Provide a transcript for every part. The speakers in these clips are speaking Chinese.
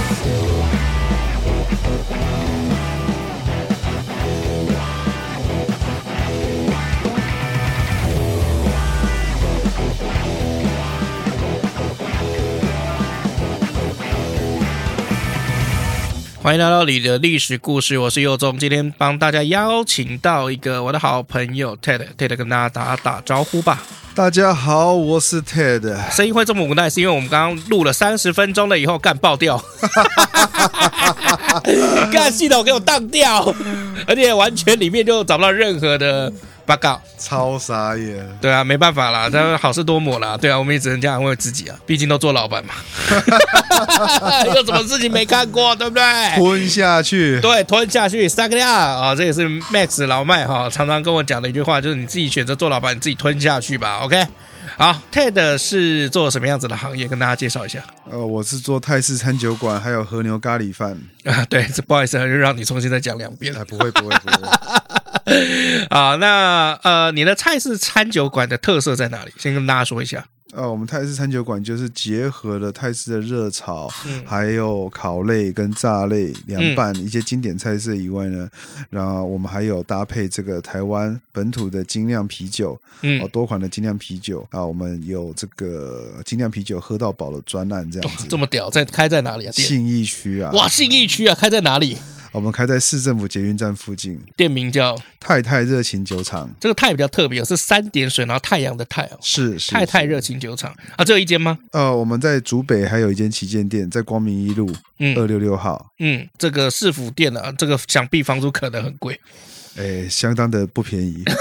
欢迎来到你的历史故事，我是佑宗。今天帮大家邀请到一个我的好朋友 Ted 跟大家打招呼吧。 大家好，我是 Ted。 声音会这么无奈是因为我们刚刚录了30分钟了以后干爆掉干系统给我当掉，而且完全里面就找不到任何的报告， 超傻眼。 对啊，没办法啦，但好事多磨啦。对啊，我们也只能这样安慰自己啊，毕竟都做老板嘛有什么事情没看过，对不对？ 吞下去， 对，吞下去，suck it up 啊！这也是 Max 老麦哈常常跟我讲的一句话，就是你自己选择做老板，你自己吞下去吧。OK， 好 ，Ted 是做什么样子的行业？跟大家介绍一下。 我是做泰式餐酒馆，还有和牛咖喱饭。 对，这不好意思，就让你重新再讲2遍。 不会。 啊，那你的泰式餐酒馆的特色在哪里？先跟大家说一下。 我们泰式餐酒馆就是结合了泰式的热炒，还有烤类跟炸类凉拌一些经典菜色以外呢，然后我们还有搭配这个台湾本土的精酿啤酒，多款的精酿啤酒啊，我们有这个精酿啤酒喝到饱的专案这样子。 这么屌，开在哪里啊？ 信义区啊！ 哇，信义区啊，开在哪里？ 我们开在市政府捷运站附近， 店名叫太太热情酒厂。 这个太比较特别，是3点水，然后太阳的太哦。 是太太热情酒厂啊，只有一间吗？ 我们在竹北还有一间旗舰店，在光明一路266号。 这个市府店啊，这个想必房租可能很贵， 相当的不便宜。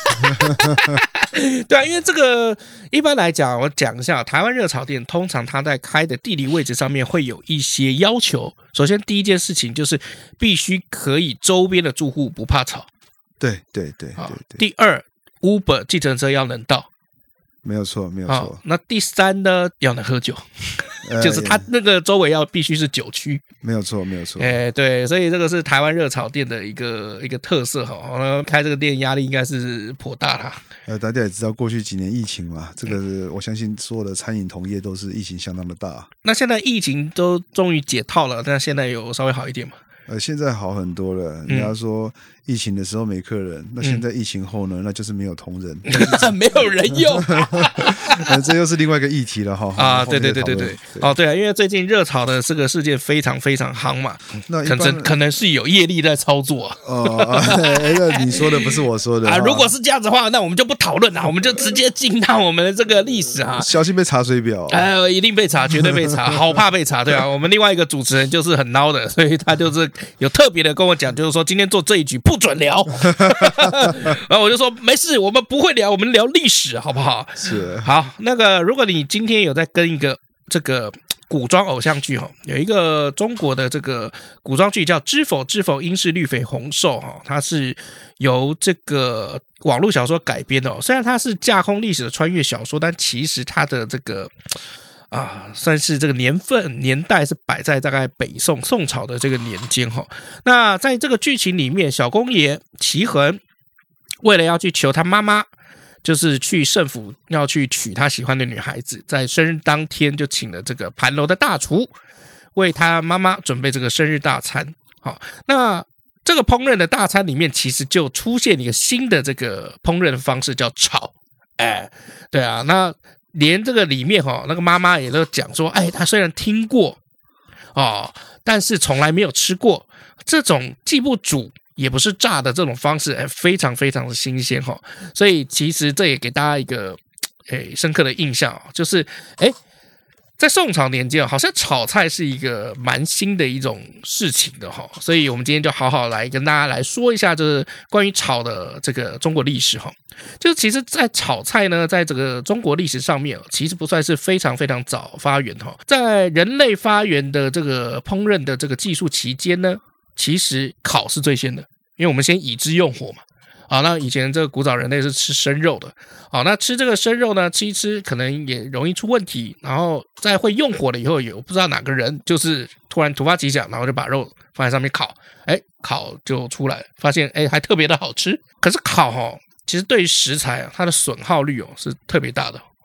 对啊，因为这个一般来讲，我讲一下，台湾热炒店通常它在开的地理位置上面会有一些要求。首先，第一件事情就是必须可以周边的住户不怕吵。 对。 第二 ，Uber 计程车要能到。没有错。那第三呢，要能喝酒，就是它那个周围必须是酒区。没有错。对，所以这个是台湾热炒店的一个特色哈。开这个店压力应该是颇大啦。 大家也知道过去几年疫情嘛，这个我相信所有的餐饮同业都是疫情相当的大。 那现在疫情都终于解套了，但现在有稍微好一点吗？ 现在好很多了。人家说疫情的时候没客人，那现在疫情后呢，那就是没有同仁， 没有人用这又是另外一个议题了哈。啊， 对。对啊，因为最近热炒的这个事件非常非常夯嘛，那可能是有业力在操作。 你说的不是我说的啊。 如果是这样子的话，那我们就不讨论了，我们就直接进到我们的这个历史啊。 小心被查水表。 一定被查，绝对被查，好怕被查。对啊，我们另外一个主持人就是很孬的，所以他就是有特别的跟我讲，就是说今天做这一局不准聊。然后我就说没事，我们不会聊，我们聊历史好不好？ 是。 好，那个如果你今天有在跟一个这个古装偶像剧有一个中国的这个古装剧叫《知否知否，应是绿肥红瘦》它是由这个网络小说改编的虽然它是架空历史的穿越小说，但其实它的这个算是这个年代是摆在大概北宋朝的这个年间那在这个剧情里面，小公爷齐衡为了要去求他妈妈，就是去圣府要去娶他喜欢的女孩子，在生日当天就请了这个盘楼的大厨为他妈妈准备这个生日大餐。那这个烹饪的大餐里面其实就出现一个新的这个烹饪的方式，叫炒。对啊，那连这个里面那个妈妈也都讲说，她虽然听过但是从来没有吃过这种既不煮也不是炸的这种方式，非常非常的新鲜所以其实这也给大家一个深刻的印象就是在宋朝年间好像炒菜是一个蛮新的一种事情的所以我们今天就好好来跟大家来说一下，就是关于炒的这个中国历史就是其实在炒菜呢，在这个中国历史上面其实不算是非常非常早发源在人类发源的这个烹饪的这个技术期间呢，其实烤是最先的，因为我们先已知用火嘛。那以前这个古早人类是吃生肉的，那吃这个生肉呢，吃一吃可能也容易出问题，然后在会用火了以后，有不知道哪个人就是突然突发奇想，然后就把肉放在上面烤，烤就出来，发现还特别的好吃。可是烤其实对于食材它的损耗率是特别大的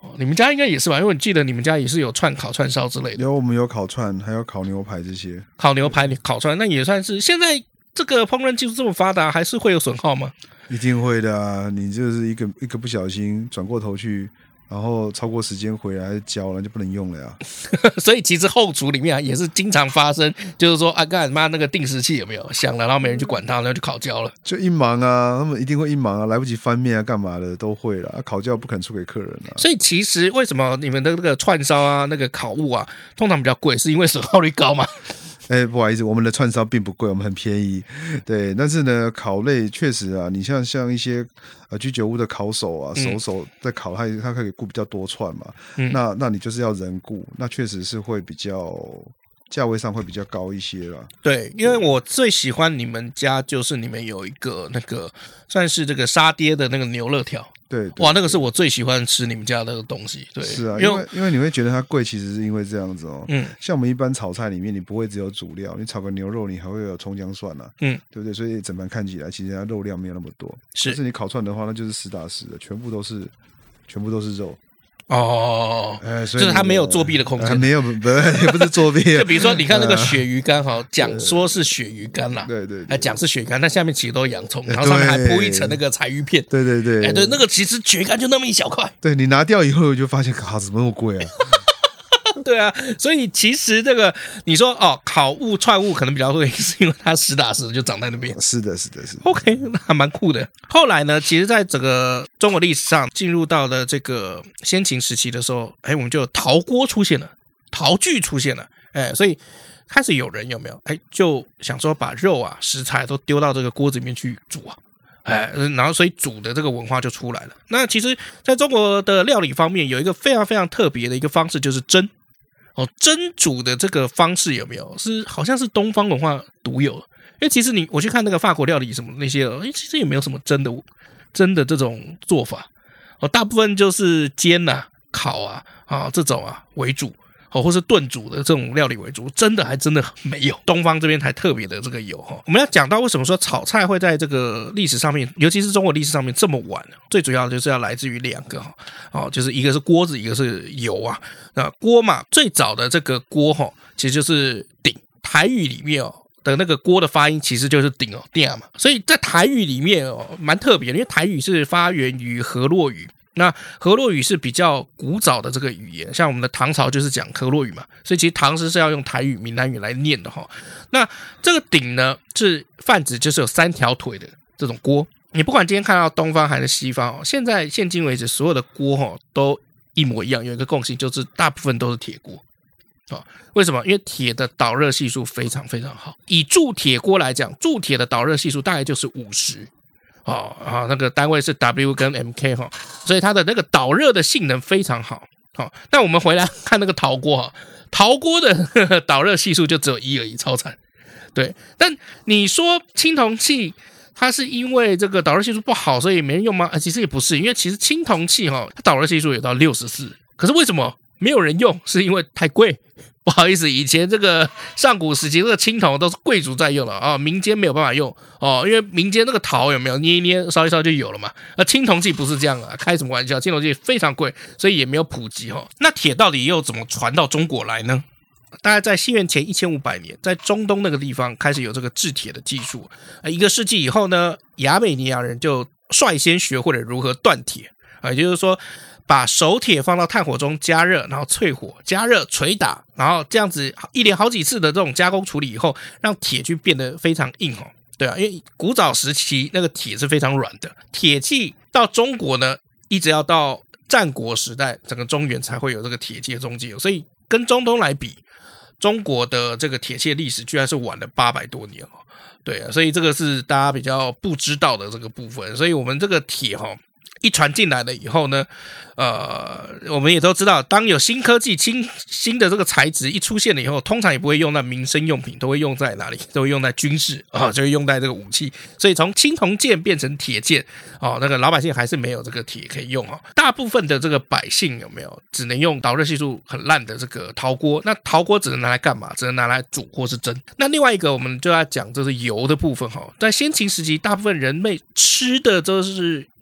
你们家应该也是吧？因为你记得你们家也是有串烤串烧之类的。 我们有烤串，还有烤牛排这些。 烤牛排、烤串，那也算是现在这个烹饪技术这么发达，还是会有损耗吗？ 一定会的啊！你就是一个不小心转过头去，然后超过时间回来焦了，就不能用了呀。 所以其实后厨里面也是经常发生，就是说啊，干妈那个定时器有没有响了，然后没人去管它，然后就烤焦了， 就一忙啊，他们一定会一忙啊，来不及翻面啊，干嘛的都会啦。烤焦不肯出给客人啊。 所以其实为什么你们的那个串烧啊、那个烤物啊，通常比较贵，是因为损耗率高吗？ 不好意思，我们的串烧并不贵，我们很便宜。对，但是呢，烤类确实啊，你像一些居酒屋的烤手啊，手在烤，它可以顾比较多串嘛。那你就是要人顾，那确实是会比较价位上会比较高一些啦。 对，因为我最喜欢你们家就是你们有一个那个算是这个沙爹的那个牛肋条。 对， 哇，那个是我最喜欢吃你们家的那个东西。对， 是啊，因为你会觉得它贵，其实是因为这样子哦。像我们一般炒菜里面，你不会只有主料，你炒个牛肉，你还会有葱姜蒜啊。对不对？所以整盘看起来，其实它肉量没有那么多。但是你烤串的话，那就是实打实的，全部都是肉。 就是他没有作弊的空间， 没有，也不是作弊。 就比如说，你看那个鳕鱼干，讲说是鳕鱼干啦， 对， 讲是鳕鱼干，但下面其实都是洋葱，然后上面还铺一层那个柴鱼片， 对， 对，那个其实鳕鱼干就那么一小块， 对你拿掉以后就发现，靠，怎么那么贵啊？ 对啊，所以其实这个你说烤物串物可能比较贵，是因为它实打实的就长在那边。 是的。 OK， 那还蛮酷的。后来呢，其实在整个中国历史上进入到了这个先秦时期的时候，我们就有陶锅出现了，陶具出现了，所以开始有人有没有就想说把肉啊食材都丢到这个锅子里面去煮啊。然后所以煮的这个文化就出来了。那其实在中国的料理方面有一个非常非常特别的一个方式，就是蒸。蒸煮的这个方式有没有好像是东方文化独有的？因为其实我去看那个法国料理什么那些，其实也没有什么蒸的这种做法。大部分就是煎啊、烤啊这种为主。或是炖煮的这种料理为主，真的没有，东方这边才特别的这个有。我们要讲到为什么说炒菜会在这个历史上面，尤其是中国历史上面这么晚，最主要就是要来自于两个就是一个是锅子，一个是油啊。那锅嘛，最早的这个锅其实就是鼎，台语里面的那个锅的发音其实就是鼎鼎嘛，所以在台语里面蛮特别的，因为台语是发源于河洛语。那河洛语是比较古早的这个语言，像我们的唐朝就是讲河洛语嘛，所以其实唐诗是要用台语、闽南语来念的哈。那这个鼎呢，是泛指就是有3条腿的这种锅。你不管今天看到东方还是西方，现今为止所有的锅都一模一样，有一个共性就是大部分都是铁锅。为什么？因为铁的导热系数非常非常好。以铸铁锅来讲，铸铁的导热系数大概就是50。那个单位是 W 跟 MK 所以它的那个导热的性能非常好。但我们回来看那个陶锅陶锅的导热系数就只有1而已，超惨。对，但你说青铜器它是因为这个导热系数不好所以没人用吗？其实也不是，因为其实青铜器它导热系数有到64，可是为什么没有人用？是因为太贵。不好意思，以前这个上古时期这个青铜都是贵族在用了民间没有办法用因为民间那个陶有没有捏一捏烧一烧就有了嘛。青铜器不是这样开什么玩笑，青铜器非常贵，所以也没有普及那铁到底又怎么传到中国来呢？大概在西元前1500年，在中东那个地方开始有这个制铁的技术。1个世纪以后呢，亚美尼亚人就率先学会了如何锻铁也就是说把熟铁放到炭火中加热，然后淬火加热捶打，然后这样子一连好几次的这种加工处理以后，让铁去变得非常硬对啊，因为古早时期那个铁是非常软的。铁器到中国呢，一直要到战国时代，整个中原才会有这个铁器的踪迹。所以跟中东来比，中国的这个铁器的历史居然是晚了800多年对啊，所以这个是大家比较不知道的这个部分。所以我们这个铁一传进来了以后呢，我们也都知道，当有新科技、新的这个材质一出现了以后，通常也不会用在民生用品，都会用在哪里？都会用在军事就会用在这个武器。所以从青铜剑变成铁剑那个老百姓还是没有这个铁可以用大部分的这个百姓有没有只能用导热系数很烂的这个陶锅？那陶锅只能拿来干嘛？只能拿来煮或是蒸。那另外一个我们就要讲就是油的部分在先秦时期，大部分人类吃的都是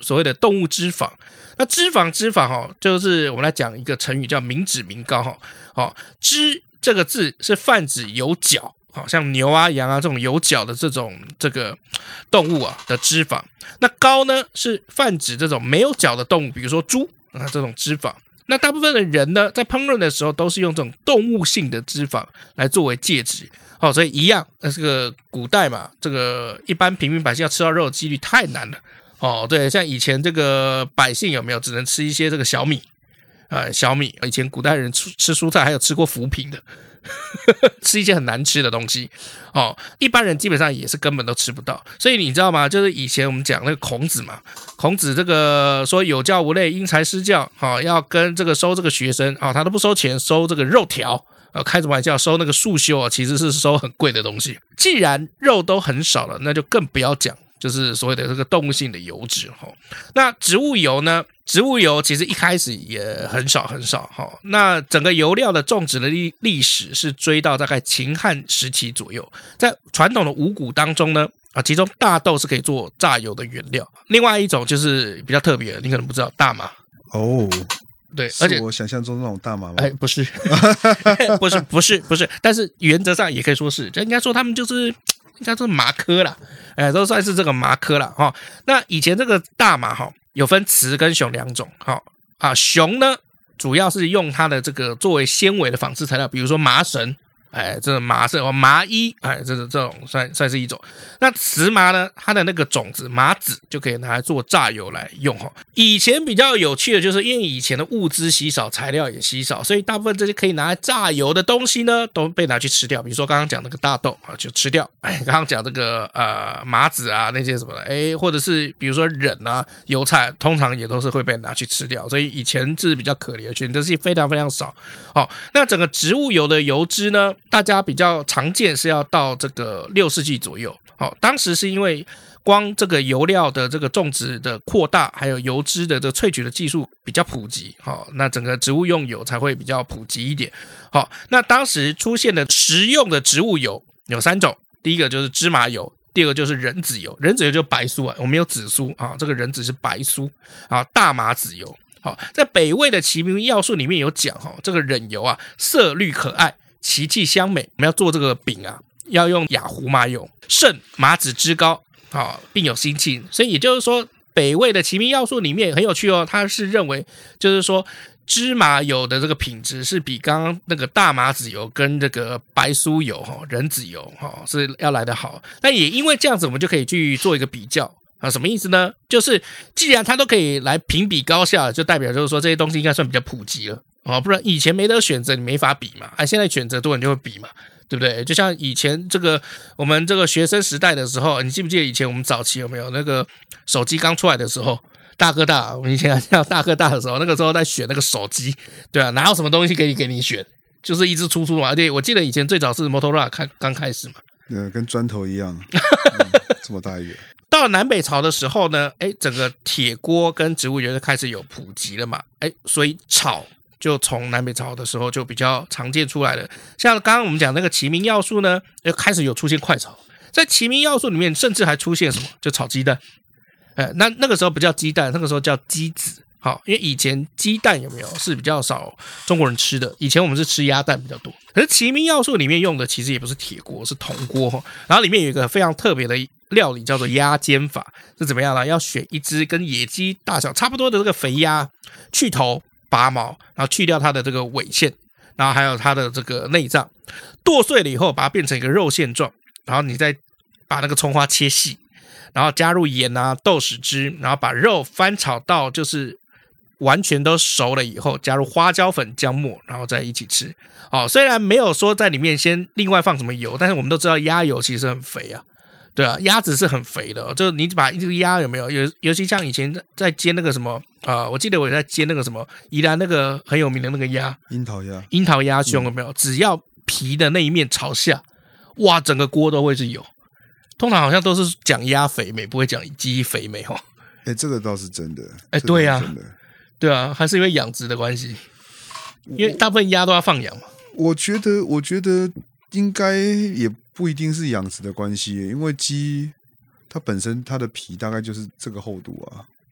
所谓的动物脂肪。那脂肪就是我们来讲一个成语叫民脂民膏脂这个字是泛指有角，像牛啊羊啊这种有角的这个动物啊的脂肪。那膏呢是泛指这种没有角的动物，比如说猪这种脂肪。那大部分的人呢，在烹饪的时候都是用这种动物性的脂肪来作为介质，所以一样，这个古代嘛，这个一般平民百姓要吃到肉的几率太难了对，像以前这个百姓有没有只能吃一些这个小米小米，以前古代人吃蔬菜还有吃过浮萍的吃一些很难吃的东西一般人基本上也是根本都吃不到。所以你知道吗？就是以前我们讲那个孔子嘛，孔子这个说有教无类，因材施教要跟这个收这个学生他都不收钱，收这个肉条开着玩笑，收那个束修其实是收很贵的东西。既然肉都很少了，那就更不要讲就是所谓的这个动物性的油脂那植物油呢？植物油其实一开始也很少那整个油料的种植的历史是追到大概秦汉时期左右。在传统的五谷当中呢其中大豆是可以做榨油的原料。另外一种就是比较特别的，你可能不知道，大麻对，而且是我想象中那种大麻吗？ 不是不是，但是原则上也可以说是，就应该说他们就是应该说麻科啦，都算是这个麻科啦那以前这个大麻有分雌跟雄两种雄呢主要是用它的这个作为纤维的纺织材料，比如说麻绳这个麻衣这种算是一种。那雌麻呢，它的那个种子麻籽就可以拿来做榨油来用以前比较有趣的就是因为以前的物资稀少，材料也稀少，所以大部分这些可以拿来榨油的东西呢都被拿去吃掉。比如说刚刚讲那个大豆就吃掉，刚刚讲这个麻籽那些什么的或者是比如说忍油菜通常也都是会被拿去吃掉，所以以前是比较可怜的，选择性非常非常少那整个植物油的油脂呢，大家比较常见是要到这个6世纪左右当时是因为光这个油料的这个种植的扩大，还有油脂的这个萃取的技术比较普及那整个植物用油才会比较普及一点那当时出现的食用的植物油有3种，第一个就是芝麻油，第二个就是人子油。人子油就是白苏我们有紫苏这个人子是白苏大麻籽油在北魏的齐民要术里面有讲这个忍油色绿可爱，其气香美，我们要做这个饼要用亚胡麻油，胜麻籽脂膏并有腥气。所以也就是说北魏的齐民要术里面很有趣他是认为就是说芝麻油的这个品质是比刚刚那个大麻籽油跟这个白苏油人子油是要来得好。那也因为这样子，我们就可以去做一个比较什么意思呢？就是既然它都可以来评比高下，就代表就是说这些东西应该算比较普及了不然以前没得选择，你没法比嘛现在选择多人就会比嘛，对不对？就像以前这个我们这个学生时代的时候，你记不记得以前我们早期有没有那个手机刚出来的时候，大哥大，我们以前叫大哥大的时候，那个时候在选那个手机，对哪有什么东西给你选，就是一直出嘛。而且我记得以前最早是 Motorola 刚开始嘛， 跟砖头一样这么大一个。 到了南北朝的时候呢整个铁锅跟植物油就开始有普及了嘛所以炒就从南北朝的时候就比较常见出来了。像刚刚我们讲那个齐民要术呢，开始有出现快炒。在齐民要术里面甚至还出现什么，就炒鸡蛋那个时候不叫鸡蛋，那个时候叫鸡子因为以前鸡蛋有没有是比较少中国人吃的，以前我们是吃鸭蛋比较多。可是齐民要术里面用的其实也不是铁锅，是铜锅然后里面有一个非常特别的料理叫做鸭煎法，是怎么样呢？要选一只跟野鸡大小差不多的这个肥鸭，去头拔毛，然后去掉它的这个尾线，然后还有它的这个内脏，剁碎了以后把它变成一个肉馅状，然后你再把那个葱花切细，然后加入盐豆豉汁，然后把肉翻炒到就是完全都熟了以后，加入花椒粉、姜末，然后再一起吃虽然没有说在里面先另外放什么油，但是我们都知道鸭油其实很肥对鸭子是很肥的就是你把一只鸭有没有尤其像以前在煎那个什么我记得我在煎那个什么宜兰那个很有名的那个鸭，樱桃鸭胸有没有只要皮的那一面朝下，哇，整个锅都会是油。通常好像都是讲鸭肥美，不会讲鸡肥美这个倒是真的对啊，还是因为养殖的关系，因为大部分鸭都要放养嘛。 我觉得应该也不一定是养殖的关系，因为鸡它本身它的皮大概就是这个厚度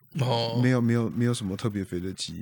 哦， 没有什么特别肥的鸡。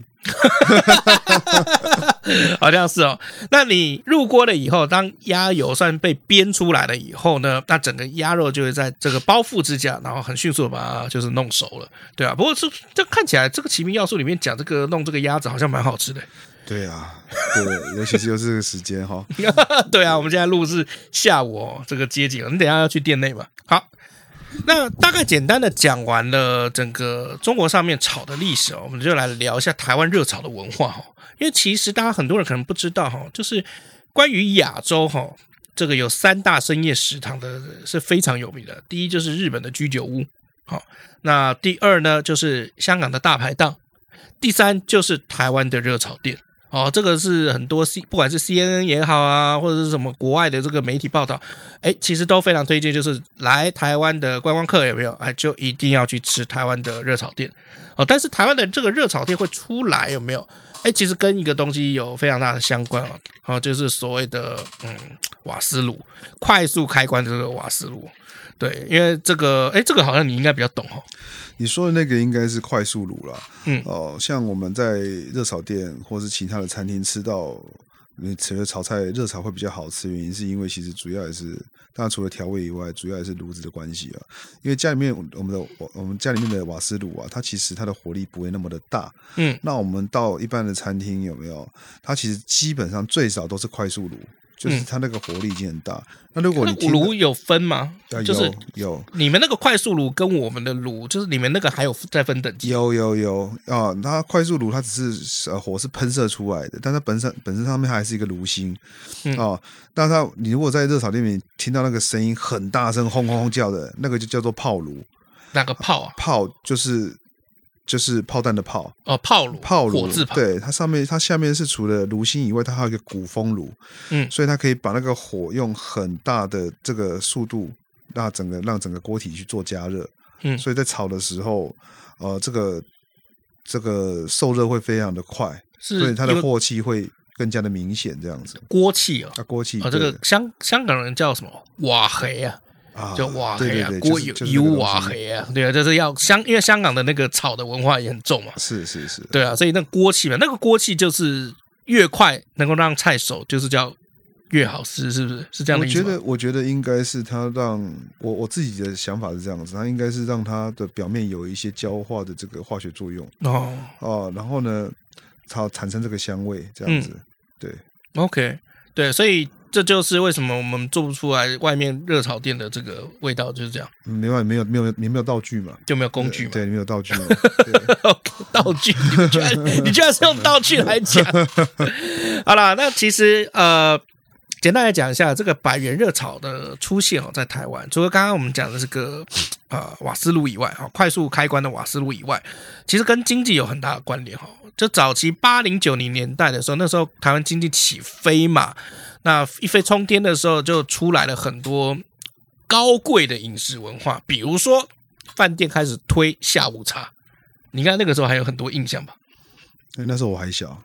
好像是哦。那你入锅了以后，当鸭油算被煸出来了以后呢，那整个鸭肉就会在这个包覆之下，然后很迅速的把它就是弄熟了，对啊。不过这看起来这个奇民要素里面讲这个弄这个鸭子好像蛮好吃的。 对啊，对，尤其是又是这个时间哈。 对啊，我们现在录是下午哦，这个接近了，你等一下要去店内嘛？好。那大概简单的讲完了整个中国上面炒的历史哦，我们就来聊一下台湾热炒的文化哦。因为其实大家很多人可能不知道哈，就是关于亚洲哈，这个有3大深夜食堂的是非常有名的。第一就是日本的居酒屋，好，那第二呢就是香港的大排档，第3就是台湾的热炒店。哦，这个是很多不管是 CNN 也好啊，或者是什么国外的这个媒体报道，其实都非常推荐，就是来台湾的观光客有没有，就一定要去吃台湾的热炒店。哦，但是台湾的这个热炒店会出来有没有？其实跟一个东西有非常大的相关哦，就是所谓的瓦斯炉，快速开关的这个瓦斯炉。对，因为这个好像你应该比较懂哦。 你说的那个应该是快速炉啦，像我们在热炒店或是其他的餐厅吃到，你吃炒菜热炒会比较好吃，原因是因为其实主要也是，当然除了调味以外，主要也是炉子的关系啊。因为家里面我们家里面的瓦斯炉啊，它其实它的火力不会那么的大，那我们到一般的餐厅有没有？它其实基本上最少都是快速炉。就是它那个火力已经很大。那如果你炉有分吗？就是有你们那个快速炉跟我们的炉，就是你们那个还有再分等级？ 有啊，它快速炉它只是火是喷射出来的，但它本身上面还是一个炉芯啊。但是你如果在热炒店里面听到那个声音很大声轰轰轰叫的，那个就叫做炮炉。 哪个炮啊？ 炮就是炮弹的炮哦，炮炉，火字旁。 对，它下面是除了炉芯以外，它还有一个鼓风炉，所以它可以把那个火用很大的这个速度，让整个锅体去做加热，所以在炒的时候，这个受热会非常的快，所以它的火气会更加的明显，这样子。 锅气锅气这个香港人叫什么瓦黑啊？就瓦黑啊，锅油瓦黑啊，对啊，就是因为香港的那个炒的文化也很重嘛， 是， 对啊，所以那个锅气嘛，那个锅气就是越快能够让菜熟，就是叫越好吃，是不是？是这样的意思吗？ 我觉得应该是它让我自己的想法是这样子，它应该是让它的表面有一些焦化的这个化学作用然后呢，产生这个香味，这样子，对 ，OK， 对，所以。这就是为什么我们做不出来外面热炒店的这个味道，就是这样。没有道具嘛， 就没有工具嘛。 对，没有道具嘛。 道具，你居然是用道具来讲。好啦，那其实简单来讲一下这个百元热炒的出现在台湾，除了刚刚我们讲的这个瓦斯炉以外，快速开关的瓦斯炉以外，其实跟经济有很大的关联。就早期80、90年代的时候，那时候台湾经济起飞嘛。那一飞冲天的时候，就出来了很多高贵的饮食文化，比如说饭店开始推下午茶，你看那个时候还有很多印象吧？ 那时候我还小。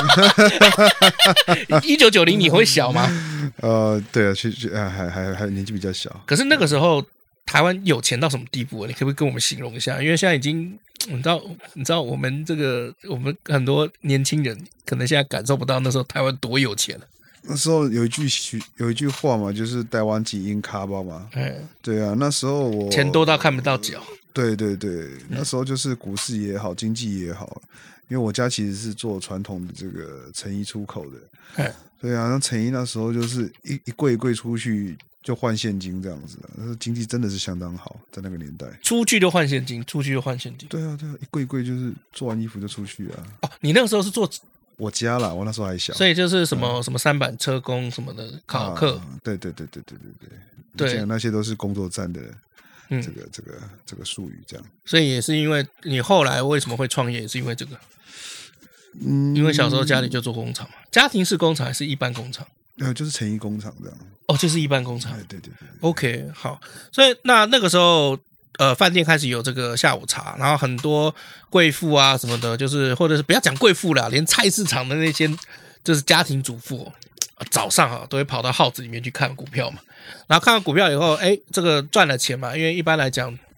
1990你会小吗？ 对啊，还年纪比较小。 可是那个时候台湾有钱到什么地步？你可不可以跟我们形容一下？因为现在已经你知道我们很多年轻人可能现在感受不到那时候台湾多有钱了。 那时候有一句话嘛，就是台湾几英卡吧嘛。对啊，那时候我钱多到看不到脚。 对，那时候就是股市也好，经济也好，因为我家其实是做传统的这个成衣出口的。对啊，那成衣那时候就是一柜一柜出去就换现金这样子的，那经济真的是相当好，在那个年代。 出去就换现金。 对啊，一柜一柜就是做完衣服就出去啊。 哦，你那个时候是做？ 我家啦，我那时候还小， 所以就是什么三板车工什么的考课。 对，那些都是工作站的这个术语这样。 所以也是因为你后来为什么会创业，也是因为这个。因为小时候家里就做工厂嘛，家庭式工厂还是一般工厂？ 就是成衣工厂这样。 哦，就是一般工厂。 对。 OK， 好，所以那个时候。饭店开始有这个下午茶，然后很多贵妇啊什么的，就是或者是不要讲贵妇啦，连菜市场的那些就是家庭主妇，早上都会跑到号子里面去看股票嘛。然后看完股票以后，这个赚了钱嘛，因为一般来讲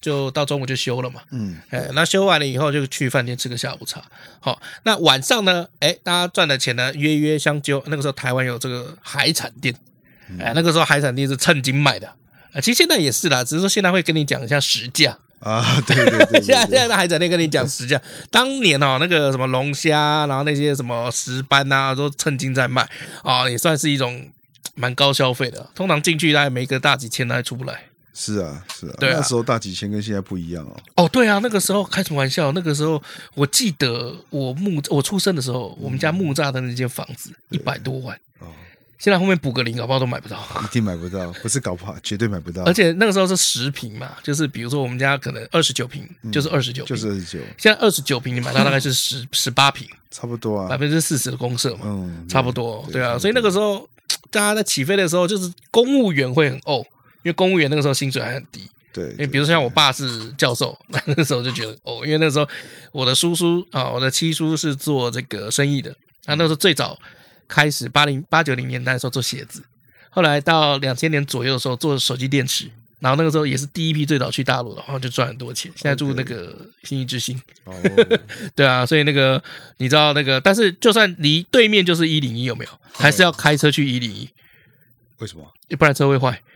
就到中午就休了嘛。那休完了以后就去饭店吃个下午茶。好，那晚上呢，大家赚的钱呢，约相揪。那个时候台湾有这个海产店，那个时候海产店是称斤卖的。其实现在也是啦，只是说现在会跟你讲一下实价。 对， 现在的海产店跟你讲实价，当年那个什么龙虾，然后那些什么石斑啊，都称斤在卖也算是一种蛮高消费的。通常进去大概没个大几千，还出不来。 是啊， 对啊， 那时候大几千跟现在不一样对啊，那个时候开什么玩笑？那个时候我记得我出生的时候，我们家木栅的那间房子100多万。现在后面补个零，搞不好都买不到， 一定买不到，不是搞不好，绝对买不到。 而且那个时候是10坪嘛，就是比如说我们家可能29坪，就是29坪， 就是29。 现在29坪你买到大概是18坪， 差不多啊 ，40%的公设嘛，差不多，对啊。 对， 所以那个时候大家在起飞的时候，就是公务员会很因为公务员那个时候薪水还很低。 对， 因为比如说像我爸是教授，那时候就觉得因为那时候我的叔叔我的七叔是做这个生意的，那时候最早开始80、90年代的时候做鞋子，后来到2000年左右的时候做手机电池，然后那个时候也是第一批最早去大陆的，然后就赚很多钱。现在住那个信义之星，对啊，所以那个你知道那个，但是就算离对面就是101，有没有？还是要开车去101？ 为什么？ 不然车会坏。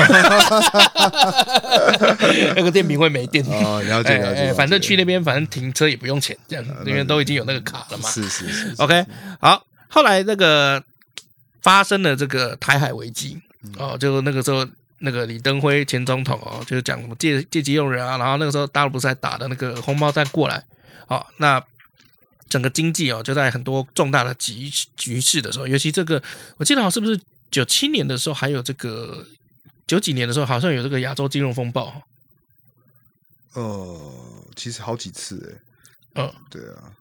那个电瓶会没电了解。 反正去那边，反正停车也不用钱，这样那边都已经有那个卡了嘛。 是。 OK， 好，后来那个发生了这个台海危机就那个时候，那个李登辉前总统就是讲什么借机用人啊，然后那个时候大陆不是还打的那个红包弹过来那整个经济就在很多重大的局势的时候，尤其这个我记得是不是97年的时候，还有这个90几年的时候，好像有这个亚洲金融风暴。 其实好几次对啊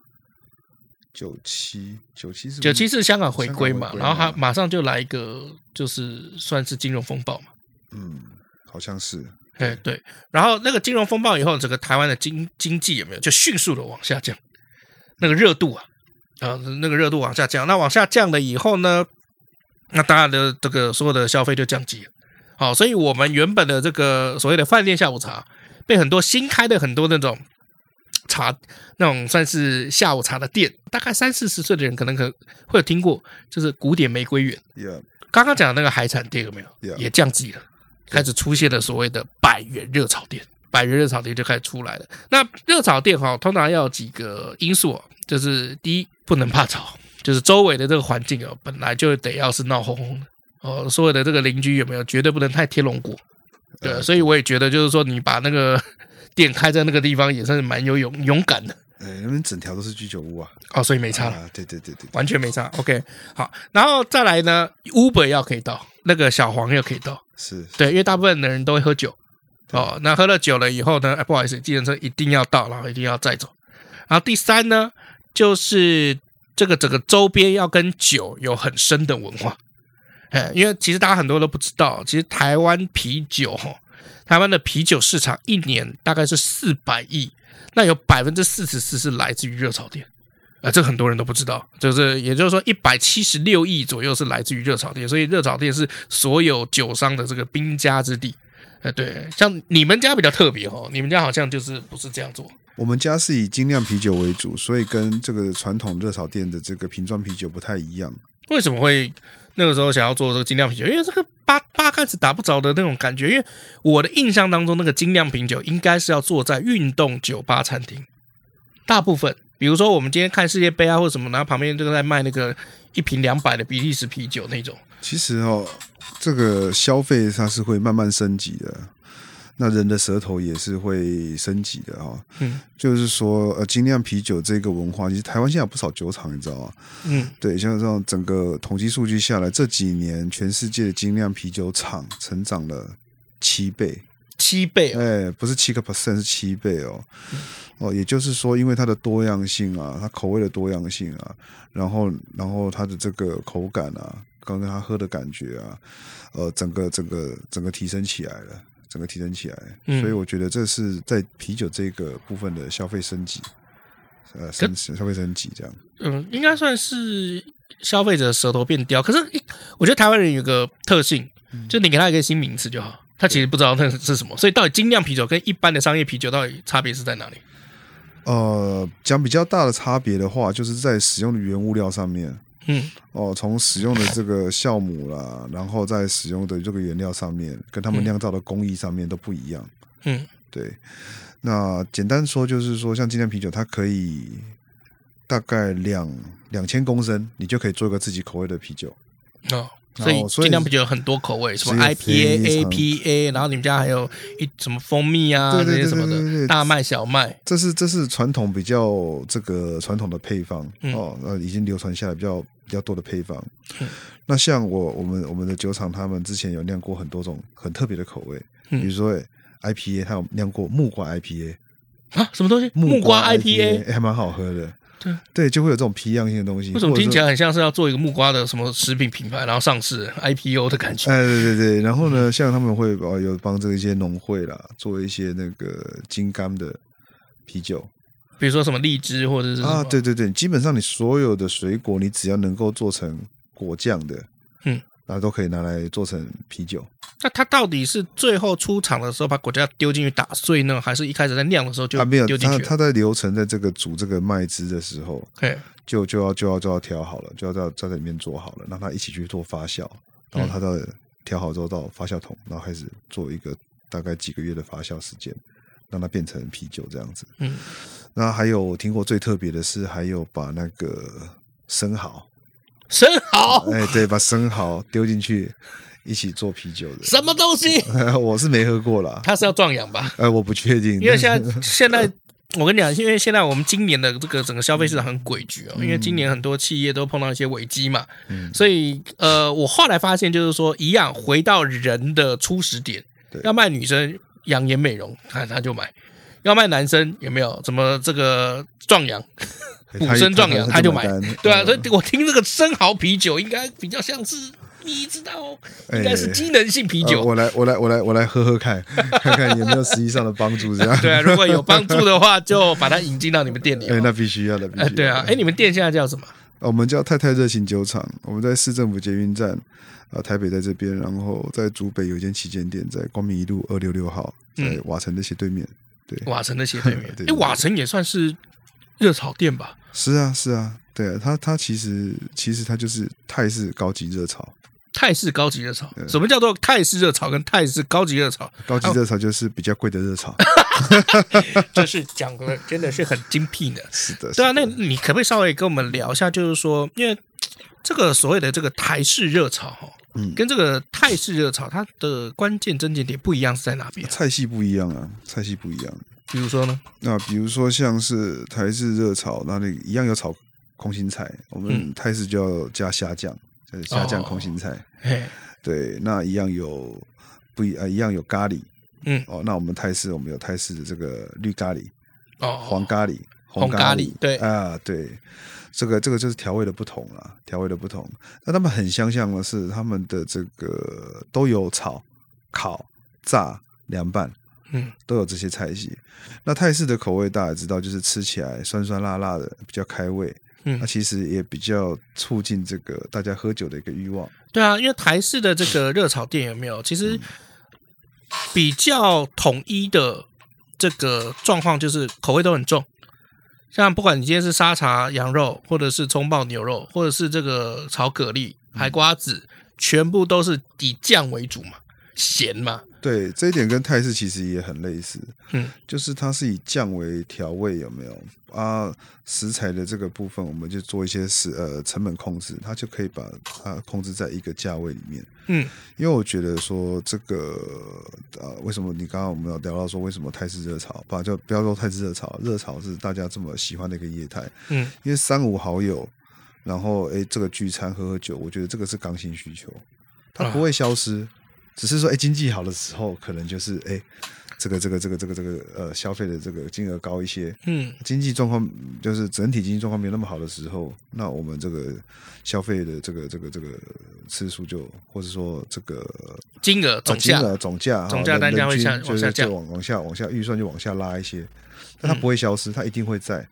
，97 是香港回归嘛，然后他马上就来一个，就是算是金融风暴嘛。 好像是。 对。然后那个金融风暴以后，整个台湾的经济有没有就迅速的往下降？那个热度那个热度往下降。那往下降了以后呢，那大家的这个所有的消费就降级了。所以我们原本的这个所谓的饭店下午茶，被很多新开的很多那种茶，那种算是下午茶的店，大概30-40岁的人可能会有听过，就是古典玫瑰园。刚刚讲的那个海产店有没有？也降级了，开始出现了所谓的100元热炒店。100元热炒店就开始出来了。那热炒店通常要有几个因素就是第一，不能怕吵，就是周围的这个环境本来就得要是闹哄哄的所有的这个邻居有没有绝对不能太天龙国。对，所以我也觉得就是说你把那个店开在那个地方也算是蛮有勇敢的。 那边整条都是居酒屋所以没差对， 完全没差。OK， 好，然后再来呢 ，Uber 要可以到，那个小黄又可以到， 是对，因为大部分的人都会喝酒那喝了酒了以后呢，不好意思，计程车一定要到，然后一定要载走。然后第三呢，就是这个整个周边要跟酒有很深的文化。因为其实大家很多都不知道，其实台湾的啤酒市场一年大概是400亿，那有44%是来自于热炒店。这很多人都不知道，也就是说176亿左右是来自于热炒店，所以热炒店是所有酒商的这个兵家之地。对，像你们家比较特别你们家好像就是不是这样做。 我们家是以精酿啤酒为主，所以跟这个传统热炒店的这个瓶装啤酒不太一样。 为什么会那个时候想要做这个精酿啤酒？因为这个八竿子打不着的那种感觉。因为我的印象当中，那个精酿啤酒应该是要做在运动酒吧餐厅，大部分，比如说我们今天看世界杯或者什么，然后旁边就在卖那个1瓶200的比利时啤酒那种。 其实这个消费它是会慢慢升级的。那人的舌头也是会升级的就是说精酿啤酒这个文化，其实台湾现在有不少酒厂，你知道吗？对，像这种整个统计数据下来，这几年全世界的精酿啤酒厂成长了7倍 ，7倍不是7%，是7倍也就是说，因为它的多样性它口味的多样性然后它的这个口感刚刚它喝的感觉整个提升起来了。所以我觉得这是在啤酒这个部分的消费升级，消费升级这样。 应该算是消费者舌头变刁。可是我觉得台湾人有个特性，就你给他一个新名词就好， 他其实不知道那是什么，所以到底精酿啤酒跟一般的商业啤酒到底差别是在哪里？ 讲比较大的差别的话，就是在使用的原物料上面。从使用的这个酵母啦，然后在使用的这个原料上面，跟他们酿造的工艺上面都不一样。对。那简单说就是说，像精酿啤酒，它可以大概2000公升，你就可以做一个自己口味的啤酒。 所以精酿啤酒有很多口味，什么 IPA、APA， 然后你们家还有什么蜂蜜啊，这些什么的，大麦、小麦。 这是传统比较这个传统的配方已经流传下来比较多的配方。那像我们的酒厂，他们之前有酿过很多种很特别的口味，比如说IPA， 他有酿过木瓜 IPA 啊，什么东西？木瓜 IPA 还蛮好喝的。对，就会有这种批样性的东西。 为什么听起来很像是要做一个木瓜的什么食品品牌，然后上市 IPO 的感觉？ 对。然后呢，像他们会有帮这一些农会啦，做一些那个精甘的啤酒， 比如说什么荔枝或者是对，基本上你所有的水果，你只要能够做成果酱的，然后都可以拿来做成啤酒。 那它到底是最后出厂的时候把果酱丢进去打碎呢，还是一开始在酿的时候就丢进去？ 它在流程在这个煮这个麦汁的时候，就要调好了，就要在里面做好了，让它一起去做发酵，然后它到调好之后到发酵桶，然后开始做一个大概几个月的发酵时间，让它变成啤酒这样子。那还有听过最特别的是，还有把那个生蚝，对，把生蚝丢进去一起做啤酒的。 什么东西？ 我是没喝过啦。 它是要壮阳吧？ 我不确定， 因为现在我跟你讲，因为现在我们今年的这个整个消费市场很诡谲因为今年很多企业都碰到一些危机嘛，所以我后来发现就是说，一样回到人的初始点，要卖女生养颜美容，他就买；要卖男生有没有什么这个壮阳？补身壮阳，他就买，对啊，所以我听这个生蚝啤酒应该比较像是，你知道，应该是机能性啤酒。 我来喝看看有没有实际上的帮助，这样。 对啊，如果有帮助的话，就把它引进到你们店里。 那必须要的， 对啊，你们店现在叫什么？ 我们叫太太热情酒厂，我们在市政府捷运站，台北在这边，然后在竹北有一间旗舰店，在光明一路266号，在瓦城的斜对面。对， 瓦城的斜对面。瓦城也算是热炒店吧？ 是啊，对啊，它其实它就是泰式高级热炒。 泰式高级热炒，什么叫做泰式热炒跟泰式高级热炒？ 高级热炒就是比较贵的热炒。 这是讲的真的是很精辟的。 是的， 对啊，那你可不可以稍微跟我们聊一下，就是说，因为这个所谓的这个台式热炒跟这个泰式热炒，它的关键症结点不一样是在哪边？ 菜系不一样啊，菜系不一样。 比如说呢？ 比如说像是台式热炒，那里一样有炒空心菜，我们泰式就要加虾酱，虾酱空心菜。对，那一样有一样有咖喱。那我们泰式我们有泰式的这个绿咖喱，黄咖喱，红咖喱。对对，这个就是调味的不同啦，调味的不同。那他们很相像的是，他们的这个都有炒、烤、炸、凉拌。都有这些菜系。那泰式的口味大家知道，就是吃起来酸酸辣辣的，比较开胃。那其实也比较促进这个大家喝酒的一个欲望。 对啊，因为台式的这个热炒店有没有，其实比较统一的这个状况就是口味都很重。像不管你今天是沙茶羊肉，或者是葱爆牛肉，或者是这个炒蛤蜊、海瓜子，全部都是以酱为主嘛，咸嘛。 对，这一点跟泰式其实也很类似，就是它是以酱为调味，有没有啊？食材的这个部分，我们就做一些成本控制，它就可以把它控制在一个价位里面。因为我觉得说这个为什么你刚刚我们有聊到说为什么泰式热炒，就不要说泰式热炒，热炒是大家这么喜欢的一个业态。因为3-5好友，然后这个聚餐喝酒，我觉得这个是刚性需求，它不会消失。只是说，经济好的时候，可能就是这个消费的这个金额高一些。经济状况就是整体经济状况没有那么好的时候，那我们这个消费的这个次数就，或者说这个金额总价单价会往下降， 往下预算就往下拉一些。但它不会消失，它一定会在，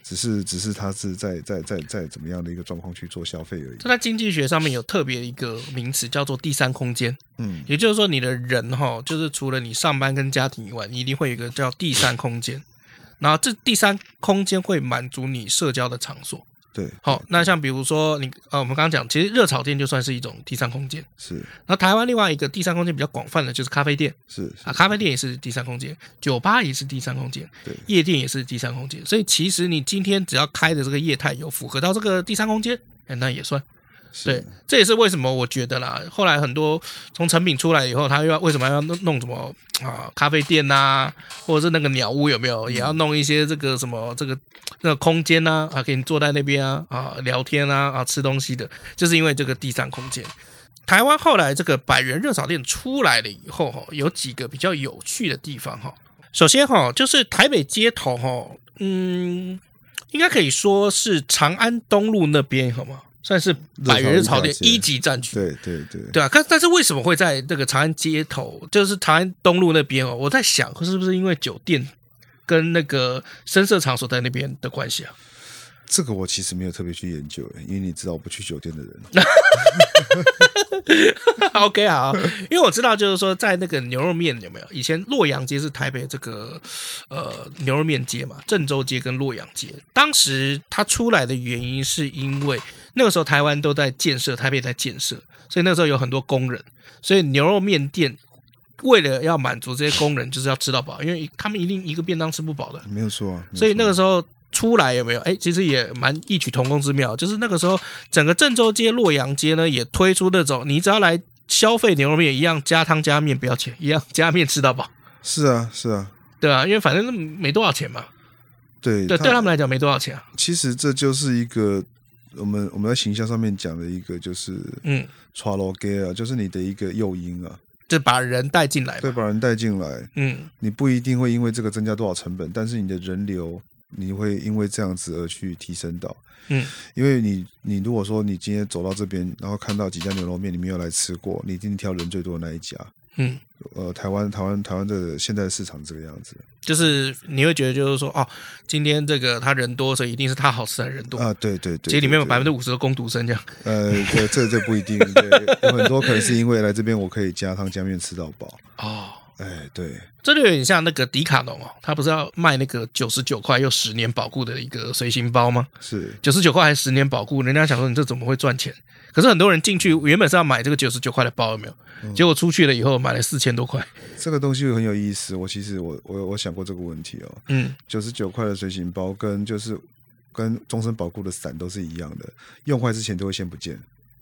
只是它是在怎么样的一个状况去做消费而已。 这在经济学上面有特别一个名词叫做第三空间，也就是说你的人就是除了你上班跟家庭以外，你一定会有一个叫第三空间，然后这第三空间会满足你社交的场所。 对， 好，那像比如说我们刚刚讲，其实热炒店就算是一种第三空间。 是。 那台湾另外一个第三空间比较广泛的就是咖啡店。 是咖啡店也是第三空间，酒吧也是第三空间， 对， 夜店也是第三空间。所以其实你今天只要开的这个业态有符合到这个第三空间，那也算。对，这也是为什么我觉得啦，后来很多从成品出来以后，他为什么要弄什么咖啡店啊，或者是那个鸟屋有没有，也要弄一些这个什么那个空间啊，给你坐在那边聊天啊，吃东西的，就是因为这个第三空间。台湾后来这个百元热炒店出来了以后，有几个比较有趣的地方。首先就是台北街头应该可以说是长安东路那边，好吗？算是百元热炒店一级战区。对啊，但是为什么会在这个长安街头，就是长安东路那边我在想是不是因为酒店跟那个声色场所在那边的关系啊？ 这个我其实没有特别去研究，因为你知道我不去酒店的人。 OK 好，因为我知道就是说在那个牛肉面有没有，以前洛阳街是台北这个牛肉面街嘛，郑州街跟洛阳街，当时它出来的原因是因为那个时候台湾都在建设，台北在建设，所以那个时候有很多工人，所以牛肉面店为了要满足这些工人，就是要吃到饱，因为他们一定一个便当吃不饱的， 没有错。 所以那个时候出来有没有？其实也蛮异曲同工之妙，就是那个时候整个郑州街、洛阳街呢，也推出那种你只要来消费牛肉面，一样加汤加面不要钱，一样加面吃到饱。 是啊， 对啊，因为反正没多少钱嘛。对，对他们来讲没多少钱啊。 其实这就是一个我们在形象上面讲的一个就是抓路给啊，就是你的一个诱因啊。 就把人带进来， 对，把人带进来。你不一定会因为这个增加多少成本，但是你的人流你会因为这样子而去提升到。因为你如果说你今天走到这边，然后看到几家牛肉面，你没有来吃过，你一定挑人最多的那一家。台湾的现在的市场这个样子，就是你会觉得就是说今天这个他人多，所以一定是他好吃的人多啊。对， 其实里面有50%的工读生这样。 对，这不一定。对，有很多可能是因为来这边我可以加汤加面吃到饱。对， 这就有点像那个迪卡侬他不是要卖那个99块又10年保固的一个随行包吗？ 是 99块还10年保固，人家想说你这怎么会赚钱？可是很多人进去原本是要买这个99块的包，有没有？结果出去了以后买了4000多块。 这个东西很有意思，其实我想过这个问题99块的随行包跟终身保固的伞都是一样的，用坏之前都会先不见。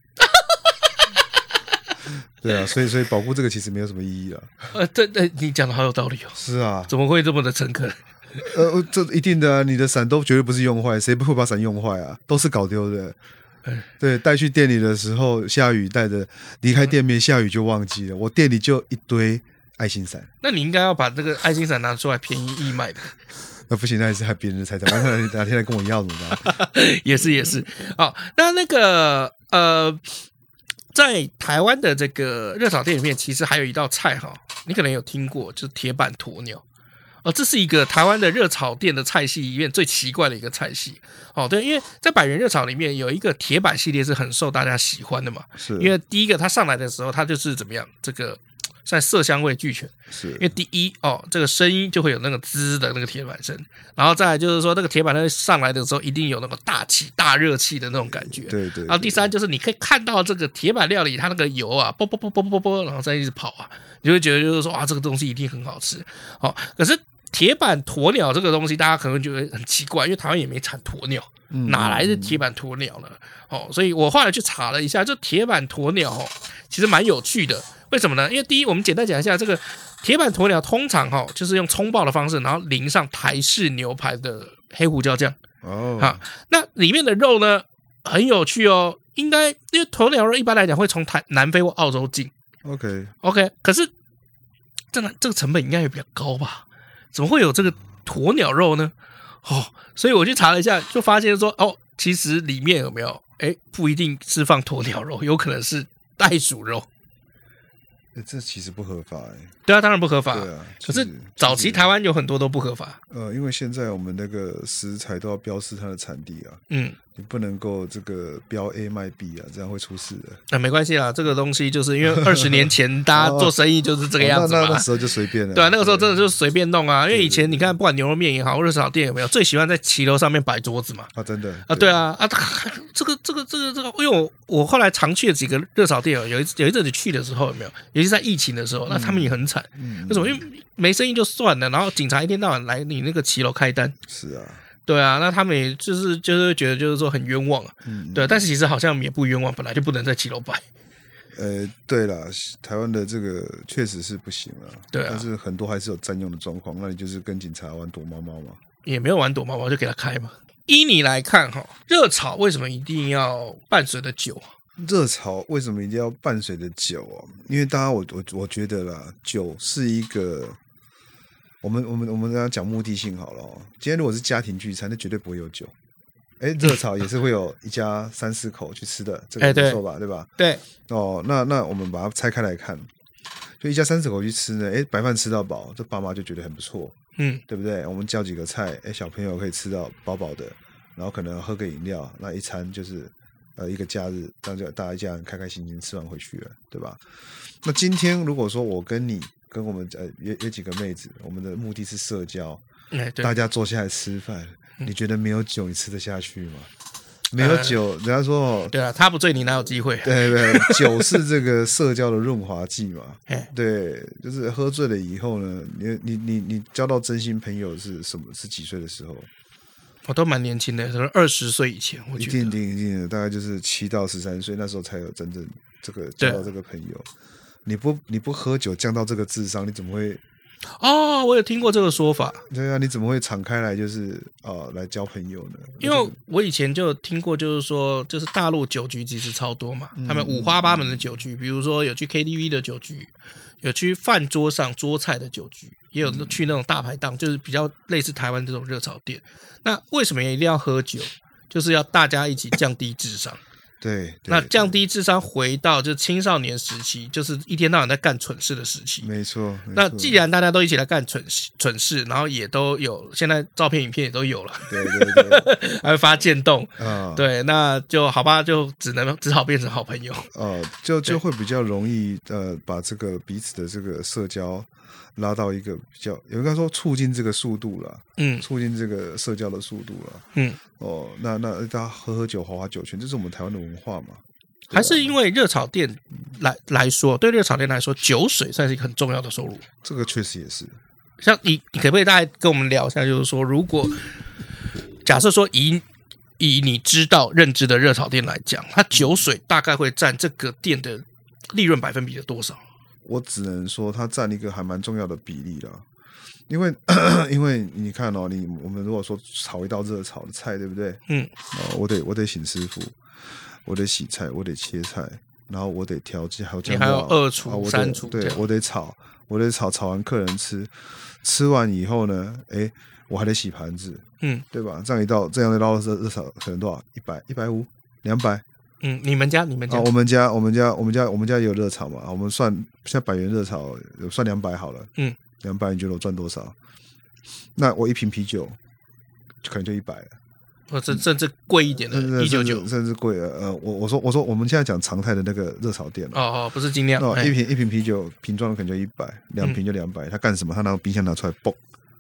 对啊，所以保固这个其实没有什么意义了。 对，你讲的好有道理哦。 是啊， 怎么会这么的诚恳？ 这一定的啊，你的伞都绝对不是用坏，谁不会把伞用坏啊？都是搞丢的。对，带去店里的时候下雨带着，离开店面下雨就忘记了。我店里就一堆爱心伞。 那你应该要把这个爱心伞拿出来便宜义卖的。 那不行，那也是还别人的财产，哪天来跟我要怎么办？ 也是。那个在台湾的这个热炒店里面，其实还有一道菜你可能有听过，就是铁板鸵鸟。这是一个台湾的热炒店的菜系里面最奇怪的一个菜系。对，因为在百元热炒里面有一个铁板系列是很受大家喜欢的嘛。是，因为第一个它上来的时候，它就是怎么样，这个算色香味俱全。是，因为第一这个声音就会有那个滋的那个铁板声，然后再来就是说那个铁板上来的时候一定有那个大气大热气的那种感觉。对。然后第三就是你可以看到这个铁板料理它那个油啵啵啵啵啵啵，然后再一直跑你就会觉得就是说这个东西一定很好吃。可是铁板鸵鸟这个东西大家可能觉得很奇怪，因为台湾也没产鸵鸟，哪来的铁板鸵鸟呢？所以我后来去查了一下，这铁板鸵鸟其实蛮有趣的。为什么呢？因为第一，我们简单讲一下这个铁板鸵鸟，通常就是用葱爆的方式，然后淋上台式牛排的黑胡椒酱。那里面的肉呢很有趣应该因为鸵鸟肉一般来讲会从南非或澳洲进。OK， 可是这个成本应该也比较高吧？怎么会有这个鸵鸟肉呢？所以我去查了一下，就发现说其实里面有没有不一定是放鸵鸟肉，有可能是袋鼠肉。 这其实不合法对啊，当然不合法。 对啊， 可是早期台湾有很多都不合法。 因为现在我们那个食材都要标示它的产地啊，你不能够这个标 A 卖 B 啊，这样会出事的。 没关系啦，这个东西就是因为20年前大家做生意就是这个样子嘛。 那时候就随便了。 对啊，那个时候真的就是随便弄啊。因为以前你看，不管牛肉面也好，热炒店有没有，最喜欢在骑楼上面摆桌子嘛。 真的啊，对啊，这个，因为我后来常去的几个热炒店，有一阵子去的时候有没有，尤其在疫情的时候，那他们也很惨。为什么？因为没生意就算了，然后警察一天到晚来你那个骑楼开单。是啊。对啊，那他们也就是觉得就是说很冤枉啊。对，但是其实好像也不冤枉，本来就不能在骑楼摆。 对啦，台湾的这个确实是不行啊。对啊，但是很多还是有占用的状况，那你就是跟警察玩躲猫猫嘛。也没有玩躲猫猫，就给他开嘛。依你来看哈，热炒为什么一定要伴随的酒？ 热炒为什么一定要伴随的酒啊？因为大家我觉得啦，酒是一个。我们刚刚讲目的性好了今天如果是家庭聚餐，那绝对不会有酒。热炒也是会有一家3-4口去吃的，这个不错吧？对吧？对。那我们把它拆开来看，就一家3-4口去吃呢，白饭吃到饱，这爸妈就觉得很不错，对不对？我们叫几个菜，小朋友可以吃到饱饱的，然后可能喝个饮料，那一餐就是一个假日，这样就大家一家人开开心心吃完回去了，对吧？那今天如果说我跟你跟我们约几个妹子，我们的目的是社交，大家坐下来吃饭，你觉得没有酒你吃得下去吗？没有酒，人家说对啊，他不醉你哪有机会？ 对，酒是这个社交的润滑剂嘛。对，就是喝醉了以后呢，你交到真心朋友是什么？是几岁的时候？ 我都蛮年轻的，可能20岁以前，我觉得一定的，大概就是7到13岁，那时候才有真正这个交到这个朋友。你不喝酒降到这个智商，你怎么会？ 我有听过这个说法。 对啊，你怎么会敞开来就是来交朋友呢？ 因为我以前就有听过，就是说，就是大陆酒局其实超多嘛，他们五花八门的酒局，比如说有去 KTV 的酒局，有去饭桌上桌菜的酒局，也有去那种大排档，就是比较类似台湾这种热炒店。那为什么一定要喝酒？就是要大家一起降低智商。 对， 那降低智商回到就是青少年时期，就是一天到晚在干蠢事的时期。 没错。 那既然大家都一起来干蠢事，然后也都有现在照片、影片也都有了，对，还会发限动对，那就好吧，就只好变成好朋友就会比较容易把这个彼此的这个社交拉到一个比较，有应该说促进这个速度了，促进这个社交的速度了，那大家喝酒、划酒拳，这是我们台湾的文化嘛？ 还是因为热炒店来说，对热炒店来说，酒水算是一个很重要的收入。 这个确实也是。 像你可不可以大概跟我们聊一下，就是说，如果假设说以你认知的热炒店来讲，它酒水大概会占这个店的利润百分比的多少？ 我只能说它占一个还蛮重要的比例啦，因为你看我们如果说炒一道热炒的菜，对不对？我得请师傅，我得洗菜，我得切菜，然后我得调剂，还有你还有2厨、3厨， 对，我得炒完客人吃完以后呢，我还得洗盘子，对吧？这样一道热炒可能多少？100、150、200。 你们家我们家也有热炒嘛，我们算现在100元热炒，算200好了，200你觉得我赚多少？那我一瓶啤酒可能就100了， 甚至贵一点的199， 甚至贵了。我说我们现在讲常态的那个热炒店不是精酿一瓶啤酒瓶装的可能就100，2瓶就200，他干什么？他拿冰箱拿出来嘣。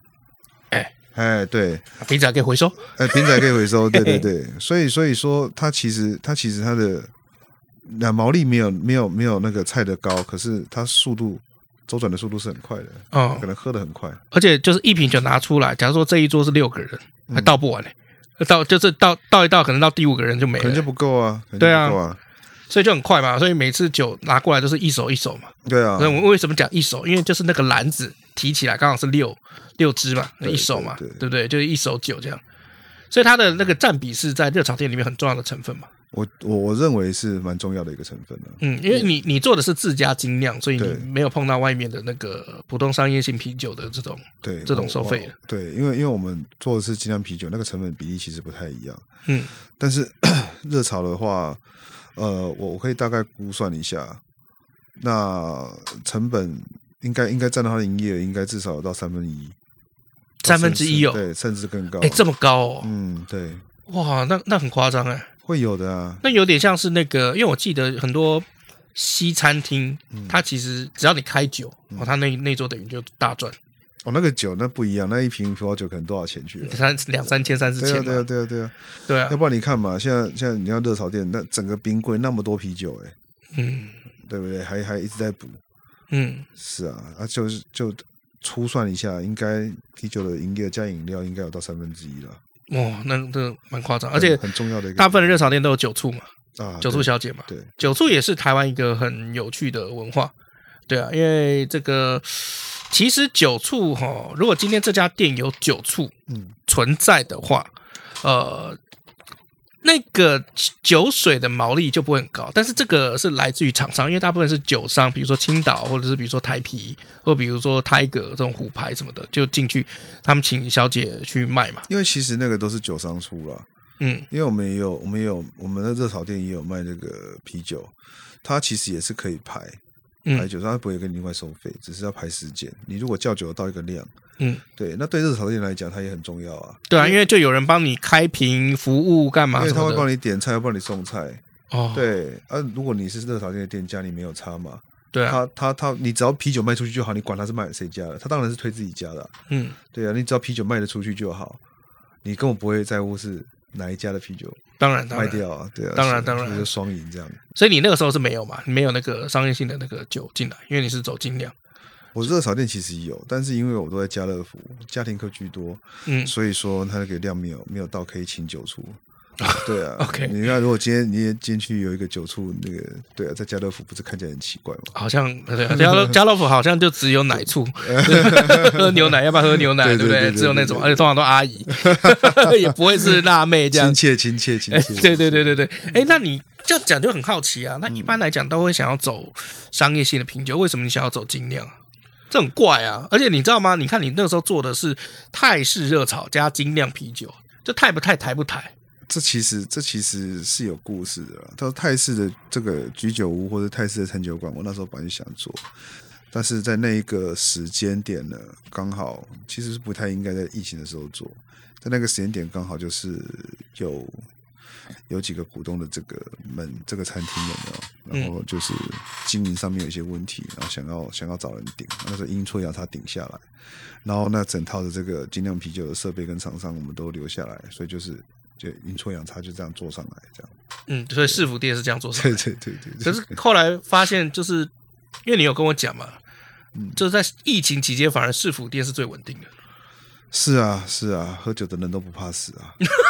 对， 瓶子还可以回收， 瓶子还可以回收，对，所以说它其实它的毛利没有那个菜的高，可是它周转的速度是很快的，可能喝得很快， 而且就是一瓶酒拿出来，假如说这一桌是6个人，还倒不完嘞，就是倒一倒，可能到第5个人就没了， 可能就不够啊， 对啊，所以就很快嘛，所以每次酒拿过来都是一手一手嘛， 对啊， 我们为什么讲一手？因为就是那个篮子提起来刚好是6支嘛，一手嘛，对不对？就是一手酒这样，所以它的那个占比是在热炒店里面很重要的成分嘛。 我认为是蛮重要的一个成分的。 因为你做的是自家精酿，所以你没有碰到外面的那个普通商业性啤酒的这种收费。 对，因为我们做的是精酿啤酒，那个成本比例其实不太一样。但是热炒的话，我可以大概估算一下， 那成本应该占到它的营业额应该至少有到1/3， 1/3哦， 对，甚至更高。 这么高哦， 对， 哇，那很夸张会有的啊。 那有点像是那个，因为我记得很多西餐厅，它其实只要你开酒，它那桌等于就大赚。 那个酒那不一样，那一瓶葡萄酒可能多少钱去了 ？2-3千、3-4千。 对啊。要不然你看嘛，现在你看热炒店，那整个冰柜那么多啤酒，对不对？还一直在补。是啊，就粗算一下，应该啤酒的营业加饮料应该有到1/3了。 哇，那蛮夸张，而且很重要的一个。 大部分的热炒店都有酒醋嘛，酒醋小姐嘛， 对， 酒醋也是台湾一个很有趣的文化。对啊，因为这个其实酒醋如果今天这家店有酒醋存在的话，那个酒水的毛利就不会很高，但是这个是来自于厂商，因为大部分是酒商，比如说青岛，或者是比如说台啤，或比如说泰格这种虎牌什么的，就进去他们请小姐去卖嘛。 因为其实那个都是酒商出啦，因为我们的热炒店也有卖那个啤酒，它其实也是可以排酒，它不会跟你另外收费，只是要排时间。你如果叫酒到一个量，对，那对热炒店来讲，它也很重要啊。对啊， 因为就有人帮你开瓶服务干嘛什么的， 因为他会帮你点菜，会帮你送菜。 哦， 对如果你是热炒店的店家，你没有差嘛？ 对啊， 你只要啤酒卖出去就好，你管他是卖谁家的，他当然是推自己家的。对啊，你只要啤酒卖得出去就好，你根本不会在乎是哪一家的啤酒。 当然卖掉啊，对啊， 当然， 就是双赢这样。 所以你那个时候是没有嘛？你没有那个商业性的那个酒进来，因为你是走精酿。 我热炒店其实有，但是因为我都在家乐福，家庭客居多，所以说它那个量没有到可以请酒醋。对啊 ，OK。 你看，如果今天你也进去有一个酒醋，那个对啊，在家乐福不是看起来很奇怪吗？ 好像对，家乐福好像就只有奶醋，喝牛奶要不要喝牛奶，对不对？只有那种，而且通常都阿姨，也不会是辣妹这样。 亲切。 对。那你这样讲就很好奇啊。那一般来讲都会想要走商业性的啤酒，为什么你想要走精酿？这很怪啊！而且你知道吗？你看你那个时候做的是泰式热炒加精酿啤酒，这泰不泰，台不台？ 这其实是有故事的啦。到泰式的这个居酒屋或者泰式的餐酒馆，我那时候本来就想做，但是在那一个时间点呢，刚好其实是不太应该在疫情的时候做，在那个时间点刚好就是有几个股东的这个餐厅有没有，然后就是经营上面有一些问题，然后想要找人顶，那时候阴错阳差顶下来，然后那整套的这个精酿啤酒的设备跟厂商我们都留下来，所以就阴错阳差就这样做上来，这样。 所以市府店是这样做上来。 对。 可是后来发现，就是因为你有跟我讲嘛，就是在疫情期间，反而市府店是最稳定的。 是啊，喝酒的人都不怕死啊。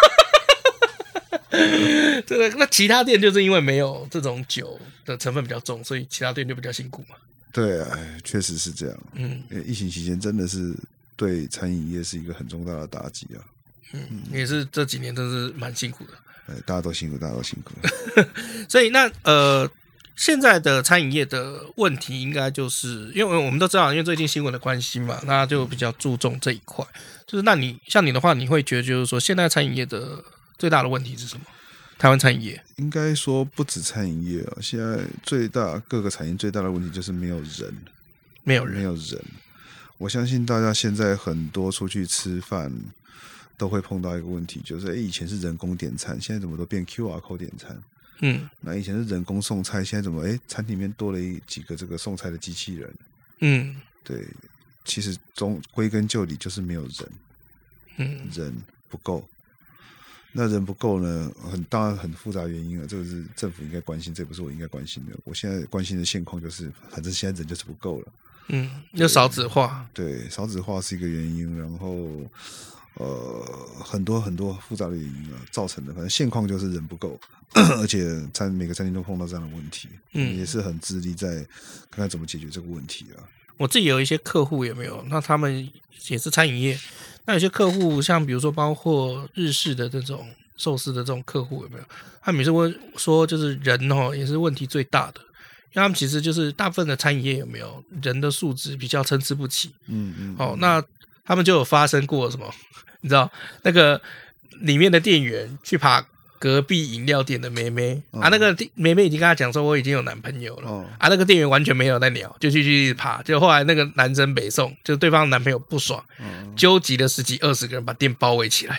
那其他店就是因为没有这种酒的成分比较重，所以其他店就比较辛苦嘛。 对啊，确实是这样。因为疫情期间真的是对餐饮业是一个很重大的打击啊。 也是这几年真是蛮辛苦的。 大家都辛苦。 所以那现在的餐饮业的问题，应该就是因为我们都知道，因为最近新闻的关系嘛，那就比较注重这一块。就是那你像你的话，你会觉得就是说，现在餐饮业的最大的问题是什么？台湾餐饮业应该说不止餐饮业啊，现在各个产业最大的问题就是没有人。没有人。我相信大家现在很多出去吃饭都会碰到一个问题，就是以前是人工点餐，现在怎么都变 QR code 点餐？那以前是人工送菜，现在怎么餐厅里面多了几个这个送菜的机器人？对，其实归根究底就是没有人。人不够。那人不够呢，当然很复杂原因了，这个是政府应该关心，这不是我应该关心的。我现在关心的现况就是，反正现在人就是不够了。 就少子化。对， 少子化是一个原因，然后很多很多复杂的原因造成的，反正现况就是人不够，而且每个餐厅都碰到这样的问题。也是很致力在看看怎么解决这个问题啊。 我自己有一些客户有没有？那他们也是餐饮业。那有些客户像比如说包括日式的这种寿司的这种客户有没有？他们也是会说，就是人也是问题最大的，因为他们其实就是大部分的餐饮业有没有人的素质比较参差不齐。那他们就有发生过什么？你知道那个里面的店员去爬隔壁饮料店的妹妹啊，那个妹妹已经跟他讲说我已经有男朋友了啊，那个店员完全没有在鸟，就继续爬，就后来那个男生北宋，就对方男朋友不爽，纠集了10几20个人把店包围起来。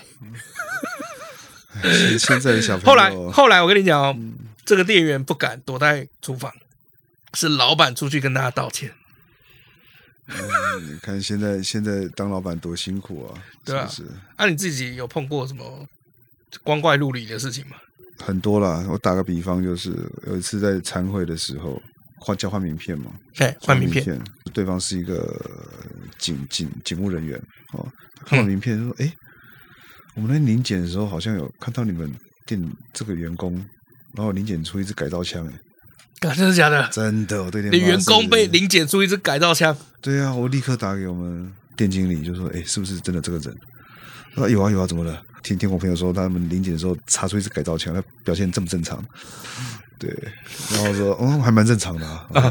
现在的小朋友， 后来我跟你讲哦，这个店员不敢躲在厨房，是老板出去跟大家道歉。 你看现在当老板多辛苦啊， 对啊， 是不是？ 你自己有碰过什么光怪陆离的事情吗？ 很多啦，我打个比方，就是有一次在餐会的时候交换名片嘛， 换名片， 对方是一个警务人员哦，看到名片说，我们在临检的时候好像有看到你们店这个员工，然后临检出一支改造枪， 真的假的？ 真的，我对你员工被临检出一支改造枪？ 对啊，我立刻打给我们店经理，就说，是不是真的这个人？他说有啊，怎么了？听我朋友说，他们临检的时候查出一支改造枪，他表现正不正常？对，然后说，还蛮正常的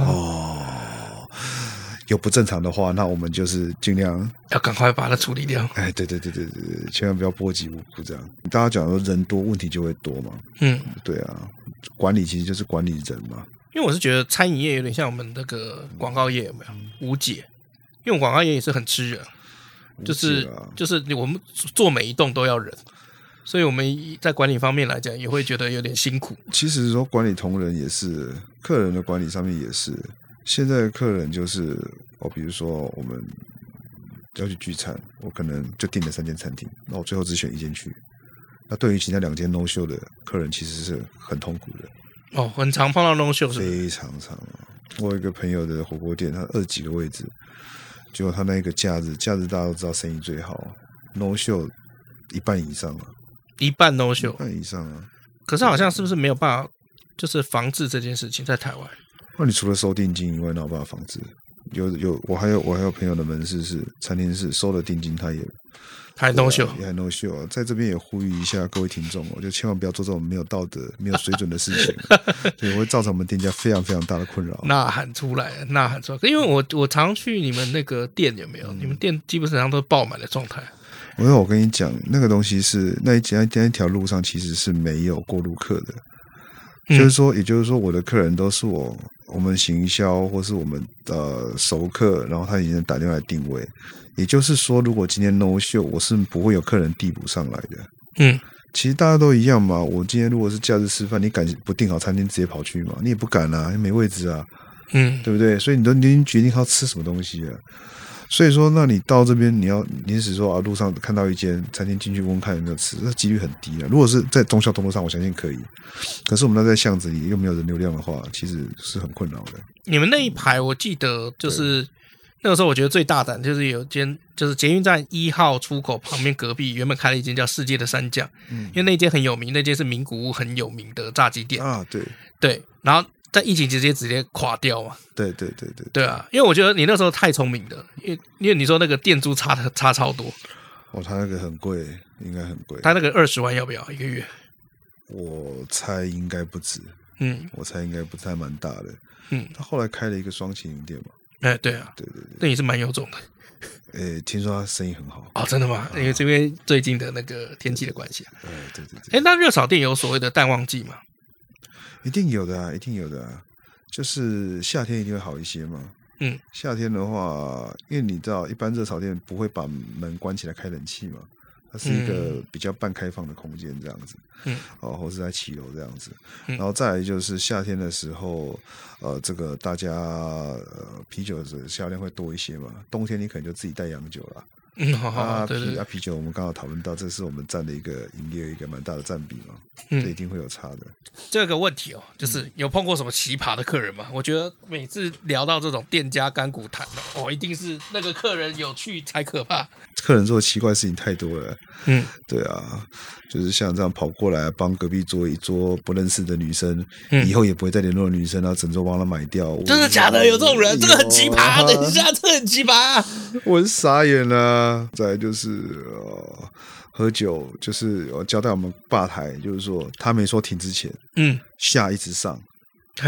有不正常的话，那我们就是尽量要赶快把它处理掉。 对，千万不要波及无辜这样。大家讲说人多问题就会多嘛，对啊，管理其实就是管理人嘛。 因为我是觉得餐饮业有点像我们那个广告业，有没有无解？因为我们广告业也是很吃人，就是我们做每一栋都要人，所以我们在管理方面来讲也会觉得有点辛苦。 其实说管理同仁也是，客人的管理上面也是。现在的客人就是比如说我们要去聚餐，我可能就订了3间餐厅，那我最后只选1间去。那对于其他2间 no show 的客人，其实是很痛苦的。 很常碰到 no show 是不是？ 非常常。我有一个朋友的火锅店，他20几个位置，结果他那个假日大家都知道生意最好 ，no show 一半以上啊， 一半 no show， 一半以上啊。 可是好像是不是没有办法，就是防治这件事情在台湾？ 那你除了收定金以外，哪有办法防治？我还有朋友的门市是餐厅是收了定金，他也还 no show， 也还 no show 啊。在这边也呼吁一下各位听众，就千万不要做这种没有道德、没有水准的事情，对，会造成我们店家非常非常大的困扰。 呐喊出来，因为我常去你们那个店，有没有？你们店基本上都爆满的状态。 因为我跟你讲，那个东西是那一条路上其实是没有过路客的。也就是说，我的客人都是我们行销或是我们熟客，然后他已经打电话来定位。也就是说，如果今天 no show， 我是不会有客人递补上来的。其实大家都一样嘛。我今天如果是假日吃饭，你敢不订好餐厅直接跑去吗？你也不敢啊，没位置啊，对不对？所以你已经决定要吃什么东西了。所以说，那你到这边，你是说路上看到一间餐厅进去问看有没有吃，那几率很低啊。如果是在忠孝东路上，我相信可以。可是我们那在巷子里又没有人流量的话，其实是很困扰的。 你们那一排，我记得就是那个时候，我觉得最大胆就是有间，就是捷运站1号出口旁边隔壁原本开了一间叫世界的三将，因为那间很有名，那间是名古屋很有名的炸鸡店啊， 对，然后在疫情直接垮掉嘛。 对啊，因为我觉得你那时候太聪明了，因为你说那个店租差超多。 他那个很贵，应该很贵。 他那个20万要不要一个月？ 我猜应该不止。我猜应该不太蛮大的。他后来开了一个双麒麟店嘛。 对啊，对，那也是蛮有种的。 听说他生意很好。 真的吗？因为这边最近的那个天气的关系。 对。 那热炒店有所谓的淡旺季吗？ 一定有的啊，一定有的啊。就是夏天一定会好一些嘛。夏天的话，因为你知道，一般热炒店不会把门关起来开冷气嘛，它是一个比较半开放的空间这样子。或是在骑楼这样子。然后再来就是夏天的时候，这个大家啤酒的销量会多一些嘛。冬天你可能就自己带洋酒啦。对。啤酒我们刚好讨论到，这是我们占的一个营业一个蛮大的占比嘛，这一定会有差的。 这个问题就是有碰过什么奇葩的客人吗？我觉得每次聊到这种店家甘苦谈一定是那个客人有趣才可怕。 客人做的奇怪的事情太多了。对啊，就是像这样跑过来帮隔壁桌一桌不认识的女生，以后也不会再联络的女生，然后整桌帮她买掉。 真的假的？有这种人？这个很奇葩。等一下，这个很奇葩。 我是傻眼了。再来就是喝酒，就是交代我们吧台，就是说他没说停之前，下一直上，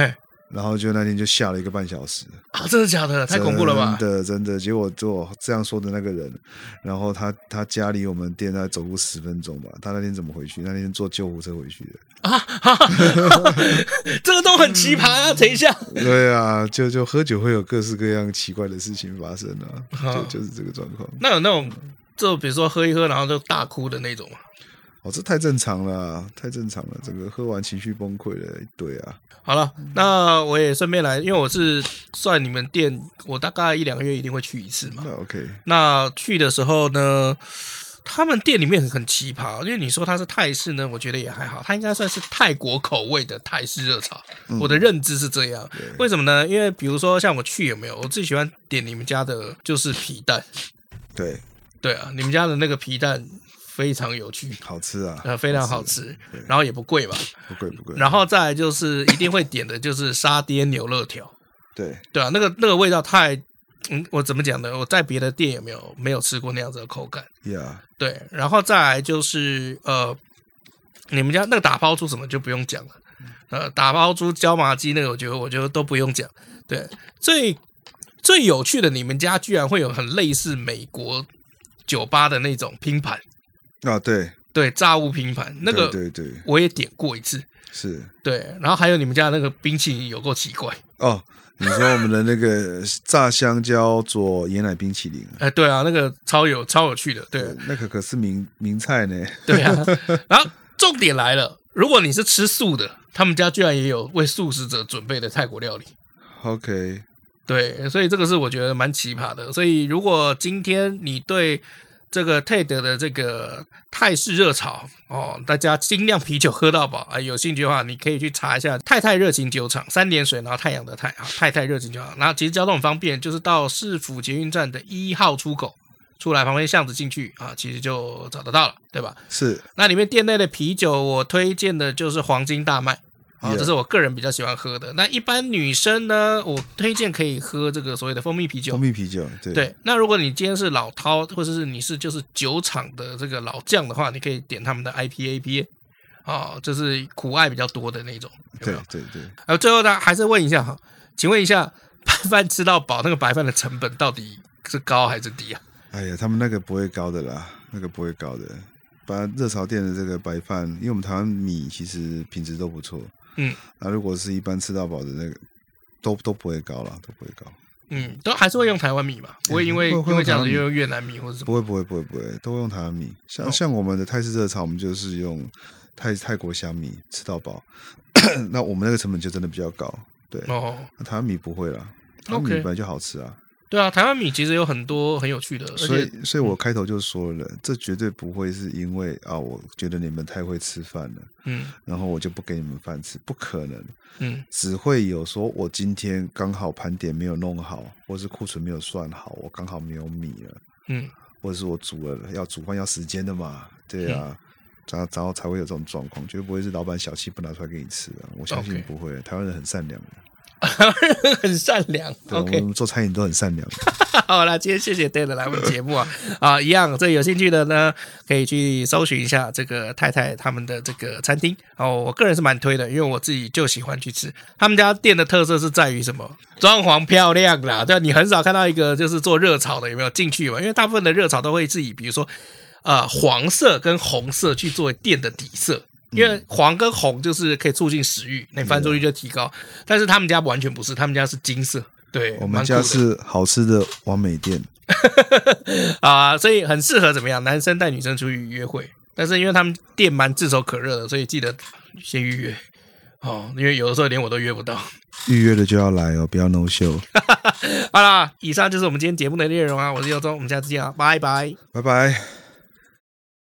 然后就那天就下了1个半小时啊！真的假的？太恐怖了吧！ 真的，结果就这样说的那个人，然后他家离我们店大概走路10分钟吧。他那天怎么回去？那天坐救护车回去的啊！这个都很奇葩啊！等一下， 对啊，就喝酒会有各式各样奇怪的事情发生啊，就是这个状况。 那有那种就比如说喝一喝然后就大哭的那种吗？ 哦，这太正常了，太正常了，整个喝完情绪崩溃了一堆啊。 好了，那我也顺便来，因为我是算你们店，我大概1-2个月一定会去一次嘛。 那 OK。那去的时候呢，他们店里面很奇葩，因为你说它是泰式呢，我觉得也还好，它应该算是泰国口味的泰式热炒。我的认知是这样，为什么呢？因为比如说像我去有没有，我最喜欢点你们家的就是皮蛋。对啊，你们家的那个皮蛋非常有趣， 好吃啊， 非常好吃，然后也不贵嘛， 不贵。 然后再来就是一定会点的就是沙爹牛肋条， 对啊，那个味道太，我怎么讲呢？我在别的店没有吃过那样子的口感，对，然后再来就是你们家那个打抛猪什么就不用讲了，打抛猪椒麻鸡那个我觉得都不用讲，对，最有趣的，你们家居然会有很类似美国酒吧的那种拼盘啊， 对，炸物拼盘那个， 对， 我也点过一次， 是对，然后还有你们家那个冰淇淋有够奇怪哦，你说我们的那个炸香蕉佐椰奶冰淇淋， 对啊，那个超有趣的，对， 那个可是名菜呢， 对啊，然后重点来了，如果你是吃素的，他们家居然也有为素食者准备的泰国料理 ，OK。 对，所以这个是我觉得蛮奇葩的。所以如果今天你对这个 TED 的这个泰式热炒大家精酿啤酒喝到饱有兴趣的话，你可以去查一下太太热情酒厂，3点水然后太阳的太太太热情酒厂。然后其实交通很方便，就是到市府捷运站的1号出口出来，旁边巷子进去其实就找得到了，对吧？ 是。 那里面店内的啤酒，我推荐的就是黄金大麦。这是我个人比较喜欢喝的。那一般女生呢，我推荐可以喝这个所谓的蜂蜜啤酒。 蜂蜜啤酒， 对。那如果你今天是老饕，或者是你是就是酒厂的这个老将的话，你可以点他们的 IPA，就是苦艾比较多的那种。有没有？对。最后呢，还是问一下哈，请问一下，白饭吃到饱，那个白饭的成本到底是高还是低啊？ 哎呀，他们那个不会高的啦，那个不会高的。把热炒店的这个白饭，因为我们台湾米其实品质都不错。那如果是一般吃到饱的那个，都不会高啦，都不会高。 都还是会用台湾米嘛，不会因为这样子就用越南米或者什么。 不会，都会用台湾米。像我们的泰式热炒，我们就是用泰国香米吃到饱。那我们那个成本就真的比较高，对。那台湾米不会啦，台湾米本来就好吃啊。 对啊，台湾米其实有很多很有趣的， 所以我开头就说了，这绝对不会是因为我觉得你们太会吃饭了，然后我就不给你们饭吃，不可能，只会有说我今天刚好盘点没有弄好，或是库存没有算好，我刚好没有米了，或者是我煮了要煮饭要时间的嘛，对啊，然后才会有这种状况，绝对不会是老板小气不拿出来给你吃的，我相信不会，台湾人很善良的。 很善良 ，OK， 我们做餐饮都很善良。 好啦，今天谢谢 Dad 来我们节目一样，这有兴趣的呢，可以去搜寻一下这个太太他们的这个餐厅我个人是蛮推的，因为我自己就喜欢去吃。他们家店的特色是在于什么？装潢漂亮啦，对，你很少看到一个就是做热炒的，有没有进去嘛？因为大部分的热炒都会自己，比如说黄色跟红色去做店的底色。因为黄跟红就是可以促进食欲，那翻桌率就提高。但是他们家完全不是，他们家是金色。对， 我们家是好吃的完美店所以很适合怎么样？男生带女生出去约会，但是因为他们店蛮炙手可热的，所以记得先预约因为有的时候连我都约不到。 预约的就要来不要 no show。 好啦，以上就是我们今天节目的内容我是佑宗，我们下次见拜拜， 拜拜。